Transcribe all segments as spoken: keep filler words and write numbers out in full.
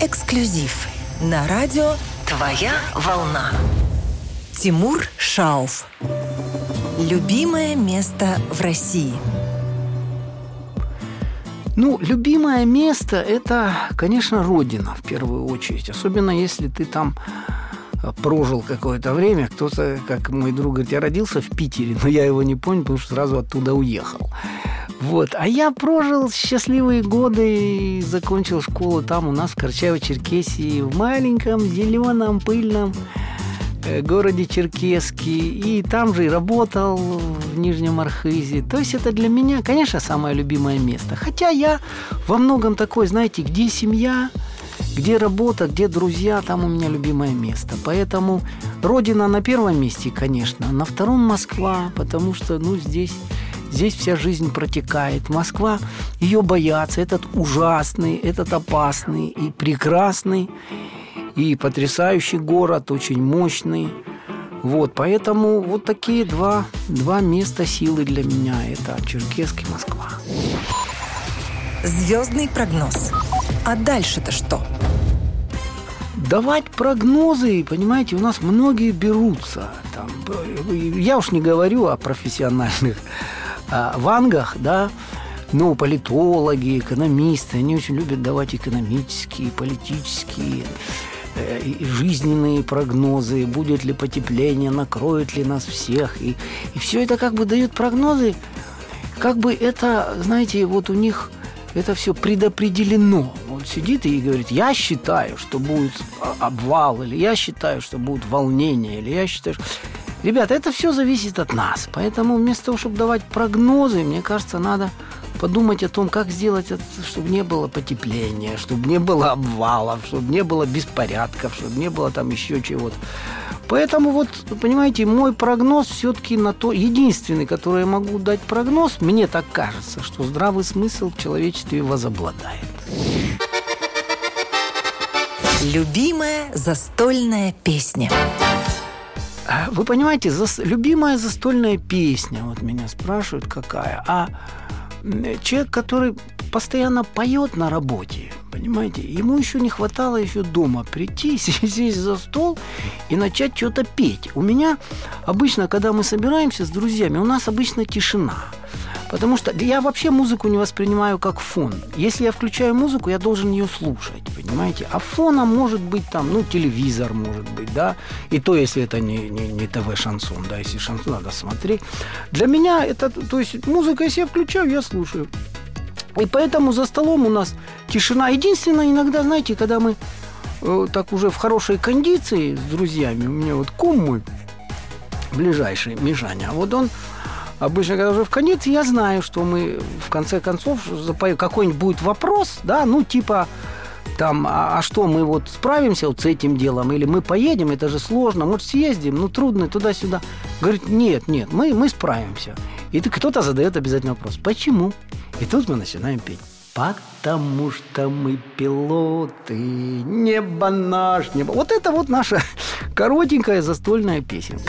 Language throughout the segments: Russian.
Эксклюзив на радио «Твоя волна». Тимур Шауф. Любимое место в России. Ну, любимое место – это, конечно, родина в первую очередь. Особенно, если ты там прожил какое-то время. Кто-то, как мой друг говорит, я родился в Питере, но я его не помню, потому что сразу оттуда уехал. Вот. А я прожил счастливые годы и закончил школу там у нас в Карачаево-Черкесии, в маленьком, зеленом, пыльном городе Черкесске. И там же и работал в Нижнем Архизе. То есть это для меня, конечно, самое любимое место. Хотя я во многом такой, знаете, где семья, где работа, где друзья, там у меня любимое место. Поэтому родина на первом месте, конечно. На втором Москва, потому что, ну, здесь... Здесь вся жизнь протекает. Москва, ее боятся. Этот ужасный, этот опасный и прекрасный, и потрясающий город, очень мощный. Вот, поэтому вот такие два, два места силы для меня. Это Черкесск и Москва. Звездный прогноз. А дальше-то что? Давать прогнозы, понимаете, у нас многие берутся. Там, я уж не говорю о профессиональных вангах, да, ну, политологи, экономисты, они очень любят давать экономические, политические и жизненные прогнозы, будет ли потепление, накроет ли нас всех. И, и все это как бы дают прогнозы, как бы это, знаете, вот у них это все предопределено. Он сидит и говорит, я считаю, что будет обвал, или я считаю, что будет волнение, или я считаю, что... Ребята, это все зависит от нас. Поэтому вместо того, чтобы давать прогнозы, мне кажется, надо подумать о том, как сделать это, чтобы не было потепления, чтобы не было обвалов, чтобы не было беспорядков, чтобы не было там еще чего-то. Поэтому вот, понимаете, мой прогноз все-таки на то, единственный, который я могу дать прогноз, мне так кажется, что здравый смысл в человечестве возобладает. Любимая застольная песня. Вы понимаете, зас... любимая застольная песня, вот меня спрашивают, какая, а человек, который постоянно поет на работе, понимаете, ему еще не хватало еще дома прийти, сесть за стол и начать что-то петь. У меня обычно, когда мы собираемся с друзьями, у нас обычно тишина. Потому что я вообще музыку не воспринимаю как фон. Если я включаю музыку, я должен ее слушать, понимаете? А фоном может быть там, ну, телевизор может быть, да? И то, если это не, не, не ТВ-шансон, да? Если шансон, надо смотреть. Для меня это, то есть музыка, если я включаю, я слушаю. И поэтому за столом у нас тишина. Единственное, иногда, знаете, когда мы э, так уже в хорошей кондиции с друзьями, у меня вот кум мой ближайший, Мишаня, вот он обычно, когда уже в конец, я знаю, что мы в конце концов запоем, какой-нибудь будет вопрос, да, ну, типа, там, а, а что, мы вот справимся вот с этим делом, или мы поедем, это же сложно, может, съездим, ну, трудно, туда-сюда. Говорит, нет, нет, мы, мы справимся. И кто-то задает обязательно вопрос, почему? И тут мы начинаем петь. Потому что мы пилоты, небо наш, небо. Вот это вот наша коротенькая застольная песенка.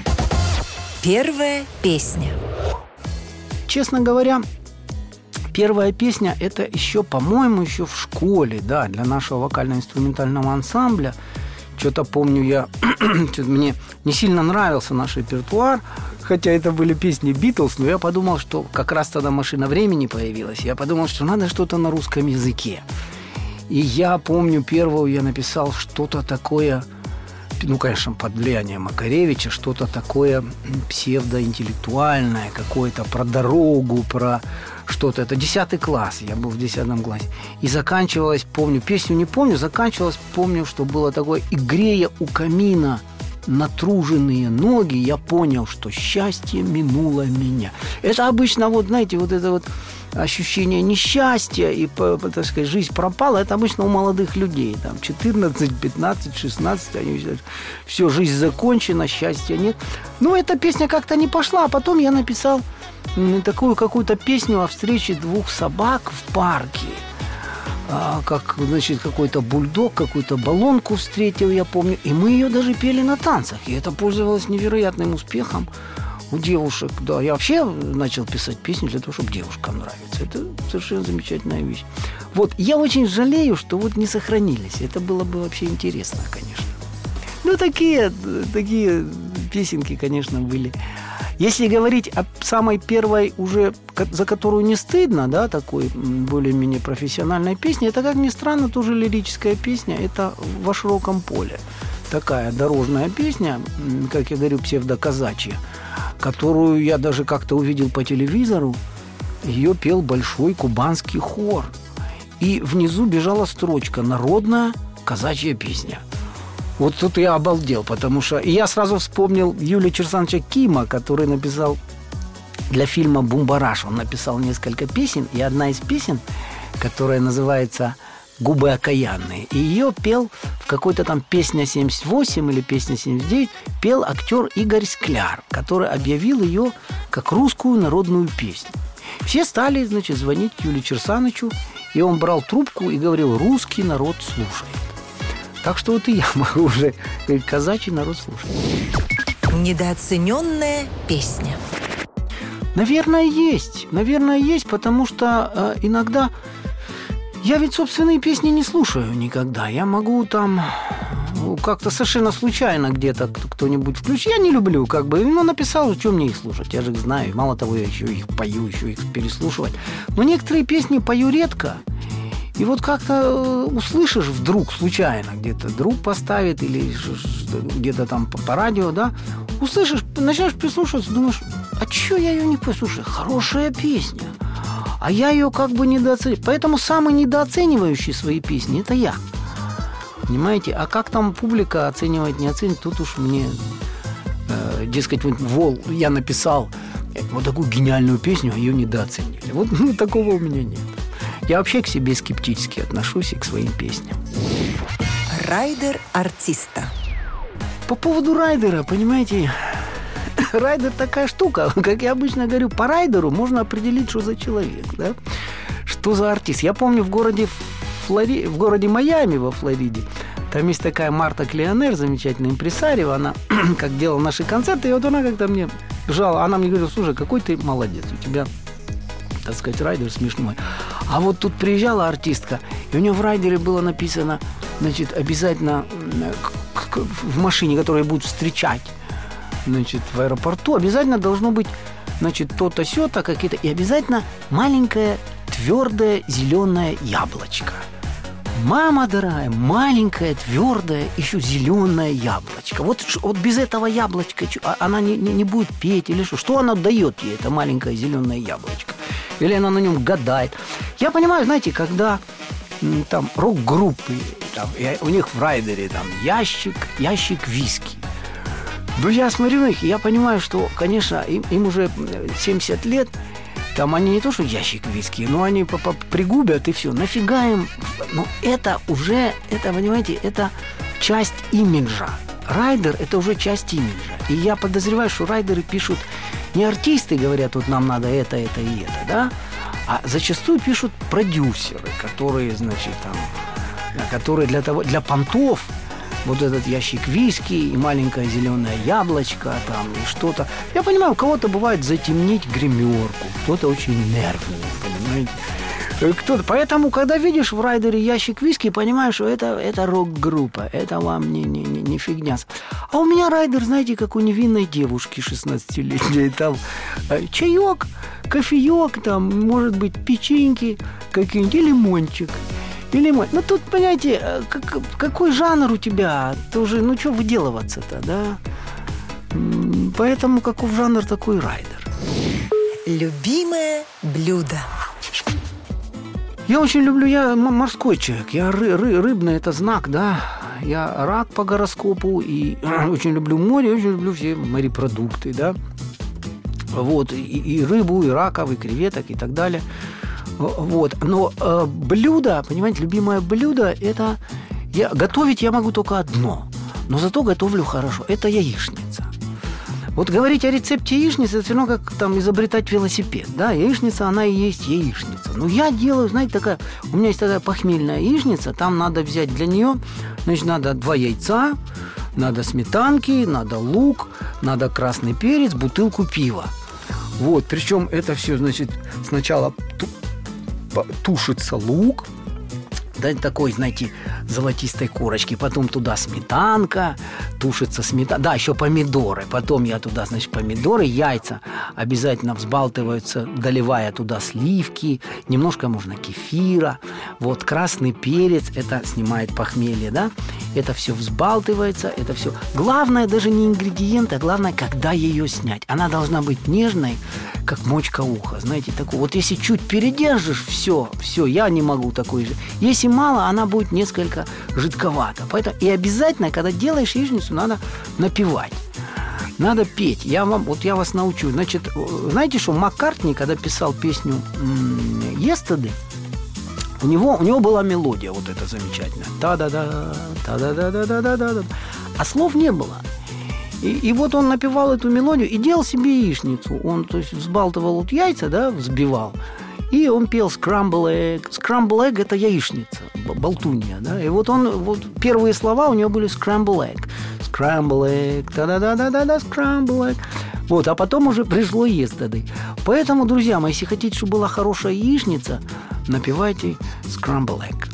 Первая песня. Честно говоря, первая песня – это еще, по-моему, еще в школе, да, для нашего вокально-инструментального ансамбля. Что-то помню я, что-то мне не сильно нравился наш репертуар, хотя это были песни Битлз, но я подумал, что как раз тогда «Машина времени» появилась. Я подумал, что надо что-то на русском языке. И я помню, первую я написал что-то такое... Ну, конечно, под влиянием Макаревича, что-то такое псевдоинтеллектуальное, какое-то про дорогу, про что-то. Это десятый класс, я был в десятом классе. И заканчивалось, помню, песню не помню, заканчивалось, помню, что было такое: «И грея у камина натруженные ноги, я понял, что счастье минуло меня». Это обычно, вот, знаете, вот это вот ощущение несчастья и, так сказать, жизнь пропала, это обычно у молодых людей. Там четырнадцать, пятнадцать, шестнадцать, они считают, все, жизнь закончена, счастья нет. Но эта песня как-то не пошла, а потом я написал такую какую-то песню о встрече двух собак в парке. Как, значит, какой-то бульдог, какую-то баллонку встретил, я помню. И мы ее даже пели на танцах. И это пользовалось невероятным успехом. у девушек, да. Я вообще начал писать песни для того, чтобы девушкам нравиться. Это совершенно замечательная вещь. Вот, я очень жалею, что вот не сохранились. Это было бы вообще интересно, конечно. Ну, такие, такие песенки, конечно, были. Если говорить о самой первой уже, за которую не стыдно, да, такой более-менее профессиональной песне, это, как ни странно, тоже лирическая песня, это «Во широком поле». Такая дорожная песня, как я говорю, псевдоказачья, которую я даже как-то увидел по телевизору. Ее пел большой кубанский хор. И внизу бежала строчка «Народная казачья песня». Вот тут я обалдел, потому что... И я сразу вспомнил Юлия Черсановича Кима, который написал для фильма «Бумбараш». Он написал несколько песен, и одна из песен, которая называется «Губы окаянные». И ее пел в какой-то там «Песня семьдесят восемь» или «Песня семьдесят девять», пел актер Игорь Скляр, который объявил ее как русскую народную песню. Все стали, значит, звонить Юлию Черсановичу, и он брал трубку и говорил: «Русский народ слушает». Так что вот и я могу уже говорить: казачий народ слушает. Недооцененная песня. Наверное, есть. Наверное, есть, потому что э, иногда... Я ведь собственные песни не слушаю никогда. Я могу там ну, как-то совершенно случайно где-то кто-нибудь включить. Я не люблю, как бы, ну, написал, что мне их слушать. Я же их знаю. Мало того, я еще их пою, еще их переслушивать. Но некоторые песни пою редко. И вот как-то услышишь вдруг, случайно, где-то друг поставит или где-то там по, по радио, да, услышишь, начинаешь прислушиваться, думаешь: а чё я ее не послушаю? Хорошая песня. А я ее как бы недооцениваю. Поэтому самый недооценивающий свои песни – это я. Понимаете? А как там публика оценивает, не оценит, тут уж мне, э, дескать, вот, вол, я написал вот такую гениальную песню, а ее недооценили. Вот ну, такого у меня нет. Я вообще к себе скептически отношусь и к своим песням. Райдер артиста. По поводу райдера, понимаете, райдер такая штука. Как я обычно говорю, по райдеру можно определить, что за человек, да? Что за артист. Я помню, в городе, Флори... в городе Майами во Флориде, там есть такая Марта Клеонер, замечательная импресарио. Она как делала наши концерты, и вот она как-то мне жала. Она мне говорила: слушай, какой ты молодец, у тебя, так сказать, райдер смешной. А вот тут приезжала артистка, и у нее в райдере было написано, значит, обязательно в машине, которая будет встречать, значит, в аэропорту, обязательно должно быть, значит, то-то, сё-то, какие-то, и обязательно маленькое, твердое, зеленое яблочко. Мама дорогая, маленькое, твердое, еще зеленое яблочко. Вот, вот без этого яблочка она не, не, не будет петь или что. Что она дает ей, это маленькое зеленое яблочко? Или она на нем гадает? Я понимаю, знаете, когда там рок-группы, там, у них в райдере там ящик, ящик виски. Ну, я смотрю на них, и я понимаю, что, конечно, им, им уже семьдесят лет. Там они не то, что ящик виски, но они пригубят и все. Нафига им? Ну, это уже, это, понимаете, это часть имиджа. Райдер – это уже часть имиджа. И я подозреваю, что райдеры пишут не артисты, говорят, вот нам надо это, это и это, да? А зачастую пишут продюсеры, которые, значит, там, которые для того, для понтов вот этот ящик виски и маленькое зеленое яблочко там и что-то. Я понимаю, у кого-то бывает затемнить гримерку, кто-то очень нервный, понимаете? Кто-то. Поэтому, когда видишь в райдере ящик виски, понимаешь, что это, это рок-группа, это вам не, не, не, не фигня. А у меня райдер, знаете, как у невинной девушки шестнадцатилетней. Там чаек, кофеек, там, может быть, печеньки какие-нибудь, и лимончик. И лимон. Ну, тут, понимаете, как, какой жанр у тебя? Ты уже, ну, что выделываться-то, да? Поэтому каков жанр, такой райдер. Любимое блюдо. Я очень люблю, я морской человек. Я ры, ры, рыбный, это знак, да. Я рак по гороскопу и очень люблю море, очень люблю все морепродукты, да. Вот, и, и рыбу, и раков, и креветок, и так далее. Вот, но э, блюдо, понимаете, любимое блюдо, это я, готовить я могу только одно, но зато готовлю хорошо. Это яичница. Вот говорить о рецепте яичницы, это все равно как там изобретать велосипед, да, яичница, она и есть яичница. Но я делаю, знаете, такая, у меня есть такая похмельная яичница, там надо взять для нее, значит, надо два яйца, Надо сметанки, надо лук, надо красный перец, бутылку пива. Вот, причем это все, значит, сначала тушится лук, да, такой, знаете, золотистой корочки, потом туда сметанка, тушится сметана, да, еще помидоры, потом я туда, значит, помидоры, яйца обязательно взбалтываются, доливая туда сливки, немножко можно кефира, вот, красный перец, это снимает похмелье, да, это все взбалтывается, это все, главное даже не ингредиенты, а главное, когда ее снять, она должна быть нежной, как мочка уха, знаете, такой, вот если чуть передержишь, все, все, я не могу такой же, если мало, она будет несколько жидковата. Поэтому и обязательно, когда делаешь яичницу, надо напевать. Надо петь. Я вам, вот я вас научу. Значит, знаете что, Маккартни, когда писал песню «Yesterday», у него, у него была мелодия вот эта замечательная. Та-да-да, та-да-да-да-да-да-да. А слов не было. И, и вот он напевал эту мелодию и делал себе яичницу. Он, то есть, взбалтывал вот яйца, да, взбивал. И он пел «Scramble egg». «Scramble egg» – это яичница, болтунья, да. И вот он, вот первые слова у него были «Scramble egg». «Scramble egg», та-да-да-да-да-да, «Scramble egg». Вот, а потом уже пришло «Yesterday». Поэтому, друзья мои, если хотите, чтобы была хорошая яичница, напевайте «Scramble egg».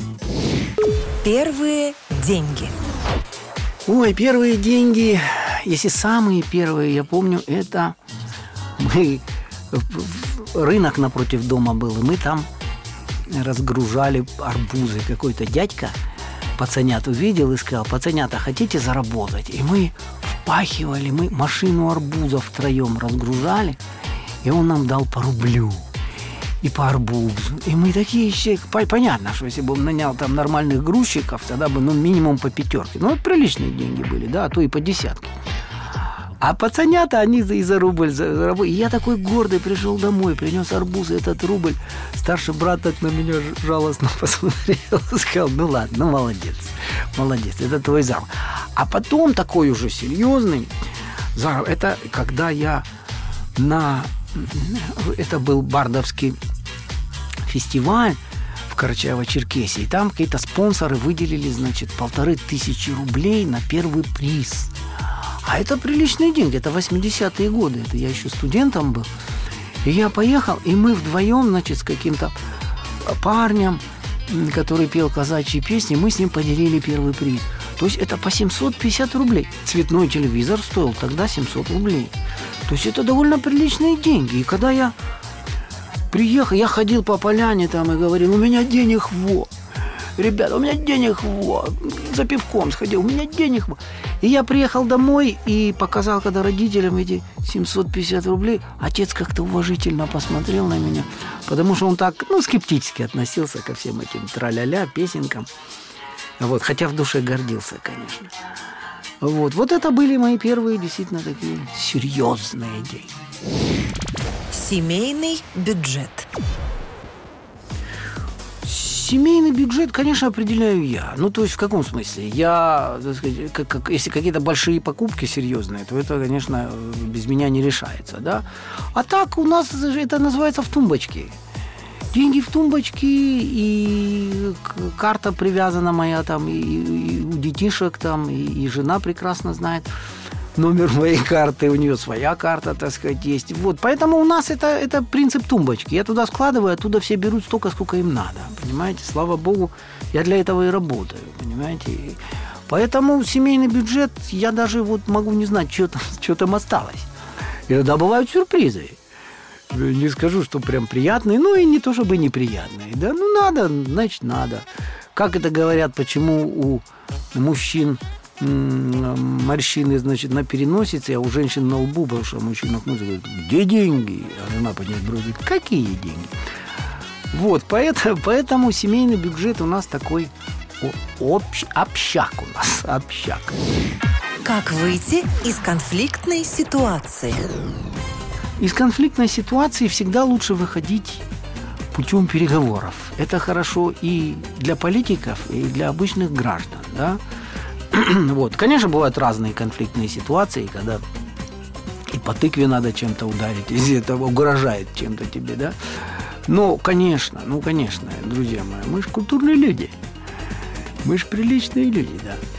Первые деньги. Ой, первые деньги, если самые первые, я помню, это мы... Рынок напротив дома был, и мы там разгружали арбузы. Какой-то дядька пацанят увидел и сказал: пацанята, хотите заработать? И мы впахивали, мы машину арбузов втроем разгружали, и он нам дал по рублю и по арбузу. И мы такие еще... Понятно, что если бы он нанял там нормальных грузчиков, тогда бы, ну, минимум по пятерке. Ну, вот приличные деньги были, да, а то и по десятке. А пацанята, они и за рубль, за, за рубль. И я такой гордый пришел домой, принес арбуз, и этот рубль. Старший брат так на меня жалостно посмотрел, сказал: ну ладно, ну молодец, молодец, это твой зам. А потом такой уже серьезный зам, это когда я на... Это был бардовский фестиваль в Карачаево-Черкесии. И там какие-то спонсоры выделили, значит, полторы тысячи рублей на первый приз. А это приличные деньги, это восьмидесятые годы, это я еще студентом был. И я поехал, и мы вдвоем, значит, с каким-то парнем, который пел казачьи песни, мы с ним поделили первый приз. То есть это по семьсот пятьдесят рублей. Цветной телевизор стоил тогда семьсот рублей. То есть это довольно приличные деньги. И когда я приехал, я ходил по поляне там и говорил: у меня денег во. Ребята, у меня денег во. За пивком сходил, у меня денег во. И я приехал домой и показал, когда родителям эти семьсот пятьдесят рублей. Отец как-то уважительно посмотрел на меня, потому что он так, ну, скептически относился ко всем этим тра-ля-ля, песенкам. Вот, хотя в душе гордился, конечно. Вот, вот это были мои первые действительно такие серьезные деньги. Семейный бюджет. Семейный бюджет, конечно, определяю я. Ну, то есть в каком смысле? Я, так сказать, как, как, если какие-то большие покупки серьезные, то это, конечно, без меня не решается, да. А так у нас это называется в тумбочке. Деньги в тумбочке, и карта привязана моя там, и, и у детишек там, и, и жена прекрасно знает номер моей карты, у нее своя карта, так сказать, есть. Вот, поэтому у нас это, это принцип тумбочки. Я туда складываю, оттуда все берут столько, сколько им надо, понимаете? Слава богу, я для этого и работаю, понимаете? Поэтому семейный бюджет, я даже вот могу не знать, что там, что там осталось. Иногда бывают сюрпризы. Не скажу, что прям приятные, ну и не то чтобы неприятные. Да, ну надо, значит надо. Как это говорят, почему у мужчин морщины, значит, на переносице, а у женщин на лбу, потому что мужчина говорит: где деньги? А жена поднимает брови: какие деньги? Вот, поэтому, поэтому семейный бюджет у нас такой общ, общак у нас, общак. Как выйти из конфликтной ситуации? Из конфликтной ситуации всегда лучше выходить путем переговоров. Это хорошо и для политиков, и для обычных граждан, да? Вот. Конечно, бывают разные конфликтные ситуации, когда и по тыкве надо чем-то ударить, если это угрожает чем-то тебе, да? Но, конечно, ну, конечно, друзья мои, мы же культурные люди, мы же приличные люди, да?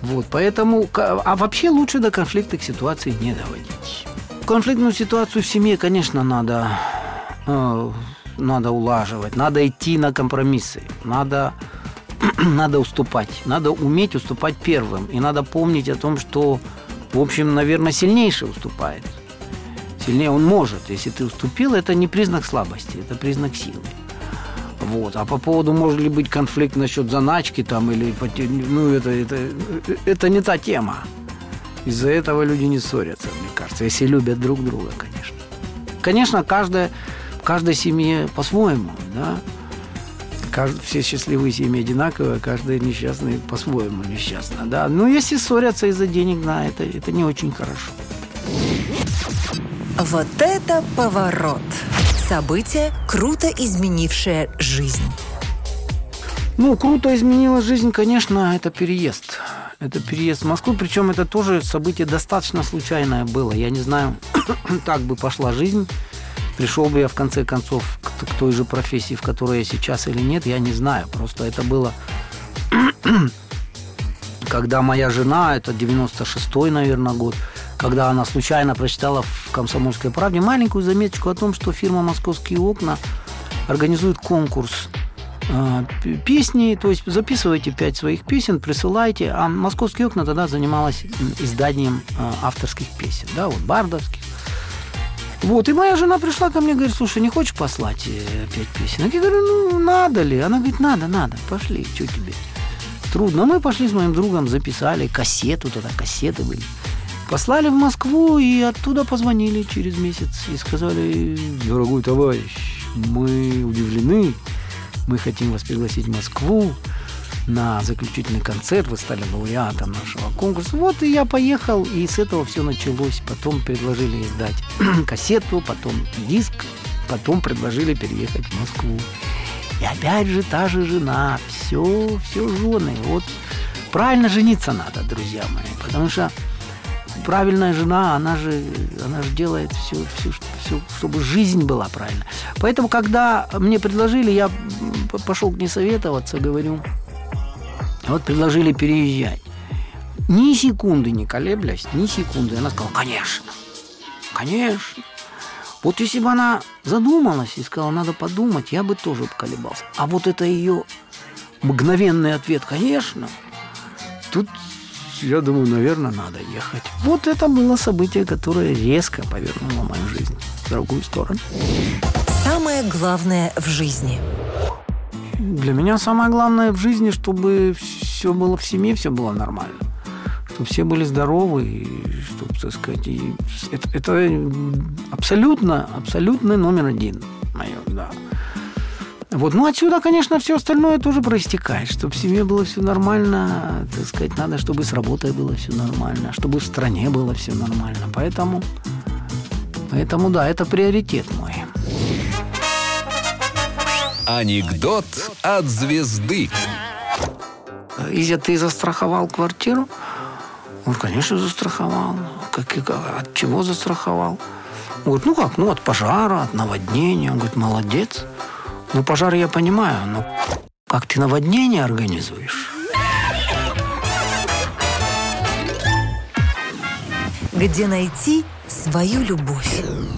Вот, поэтому, а вообще лучше до конфликтных ситуаций не доводить. Конфликтную ситуацию в семье, конечно, надо, э, надо улаживать, надо идти на компромиссы, надо, надо уступать, надо уметь уступать первым. И надо помнить о том, что, в общем, наверное, сильнейший уступает. Сильнее он может. Если ты уступил, это не признак слабости, это признак силы. Вот. А по поводу, может ли быть конфликт насчет заначки там, или, ну, это, это, это не та тема. Из-за этого люди не ссорятся, мне кажется, если любят друг друга, конечно. Конечно, каждая, в каждой семье по-своему, да. Кажд... Все счастливые семьи одинаковые, каждый несчастный по-своему несчастный, да. Но если ссорятся из-за денег, да, это, это не очень хорошо. Вот это поворот! Событие, круто изменившее жизнь. Ну, круто изменила жизнь, конечно, это переезд. Это переезд в Москву, причем это тоже событие достаточно случайное было. Я не знаю, так бы пошла жизнь, пришел бы я в конце концов к, к той же профессии, в которой я сейчас или нет, я не знаю. Просто это было, когда моя жена, это девяносто шестой, наверное, год, когда она случайно прочитала в «Комсомольской правде» маленькую заметочку о том, что фирма «Московские окна» организует конкурс э, песни, то есть записывайте пять своих песен, присылайте, а «Московские окна» тогда занималась изданием э, авторских песен, да, вот, бардовских. Вот, и моя жена пришла ко мне и говорит: слушай, не хочешь послать э, пять песен? Я говорю: ну, надо ли? Она говорит: надо, надо, пошли, что тебе? Трудно. Мы пошли с моим другом, записали кассету, тогда кассеты были. Послали в Москву, и оттуда позвонили через месяц и сказали: дорогой товарищ, мы удивлены, мы хотим вас пригласить в Москву на заключительный концерт, вы стали лауреатом нашего конкурса. Вот и я поехал, и с этого все началось. Потом предложили издать кассету, потом диск, потом предложили переехать в Москву. И опять же та же жена, все, все жены. Вот правильно жениться надо, друзья мои, потому что правильная жена, она же, она же делает все, все, все, чтобы жизнь была правильной. Поэтому, когда мне предложили, я пошел к ней советоваться, говорю: вот предложили переезжать. Ни секунды не колеблясь, ни секунды. Она сказала: конечно, конечно. Вот если бы она задумалась и сказала: надо подумать, я бы тоже колебался. А вот это ее мгновенный ответ: конечно, тут... Я думаю, наверное, надо ехать. Вот это было событие, которое резко повернуло мою жизнь в другую сторону. Самое главное в жизни. Для меня самое главное в жизни, чтобы все было в семье, все было нормально. Чтобы все были здоровы, и чтобы, так сказать, и это, это абсолютно, абсолютный номер один мое, да. Вот. Ну, отсюда, конечно, все остальное тоже проистекает. Чтобы в семье было все нормально, так сказать, надо, чтобы с работой было все нормально, чтобы в стране было все нормально. Поэтому, поэтому да, это приоритет мой. Анекдот от звезды. Изя, ты застраховал квартиру? Он, конечно, застраховал. Как, от чего застраховал? Вот, ну как, ну от пожара, от наводнения. Он говорит: молодец. Ну, пожар я понимаю, но как ты наводнение организуешь? Где найти свою любовь?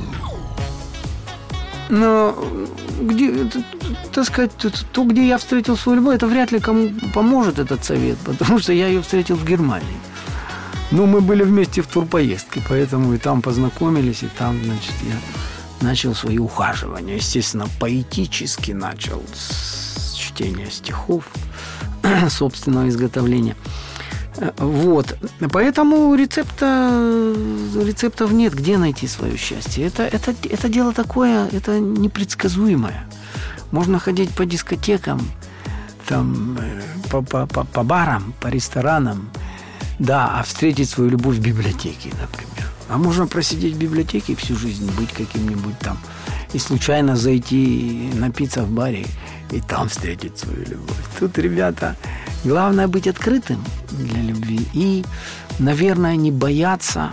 Но где, так сказать, то, где я встретил свою любовь, это вряд ли кому поможет этот совет, потому что я ее встретил в Германии. Ну, мы были вместе в турпоездке, поэтому и там познакомились, и там, значит, я... начал свои ухаживания. Естественно, поэтически начал с чтения стихов собственного изготовления. Вот. Поэтому рецепта, рецептов нет. Где найти свое счастье? Это, это, это дело такое, это непредсказуемое. Можно ходить по дискотекам, там, по, по, по, по барам, по ресторанам, да, а встретить свою любовь в библиотеке, например. А можно просидеть в библиотеке всю жизнь, быть каким-нибудь там, и случайно зайти напиться в баре, и там встретить свою любовь. Тут, ребята, главное быть открытым для любви и, наверное, не бояться,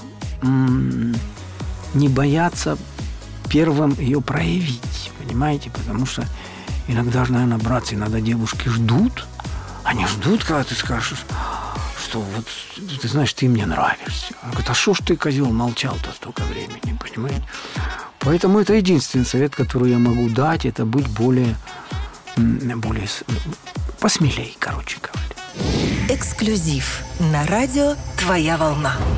не бояться первым ее проявить, понимаете? Потому что иногда же, наверное, братцы, иногда девушки ждут, Они ждут, когда ты скажешь, что вот, ты знаешь, ты мне нравишься. Он говорит, а что ж ты, козел, молчал-то столько времени, понимаете? Поэтому это единственный совет, который я могу дать, это быть более, более посмелее, короче говоря. Эксклюзив на радио «Твоя волна».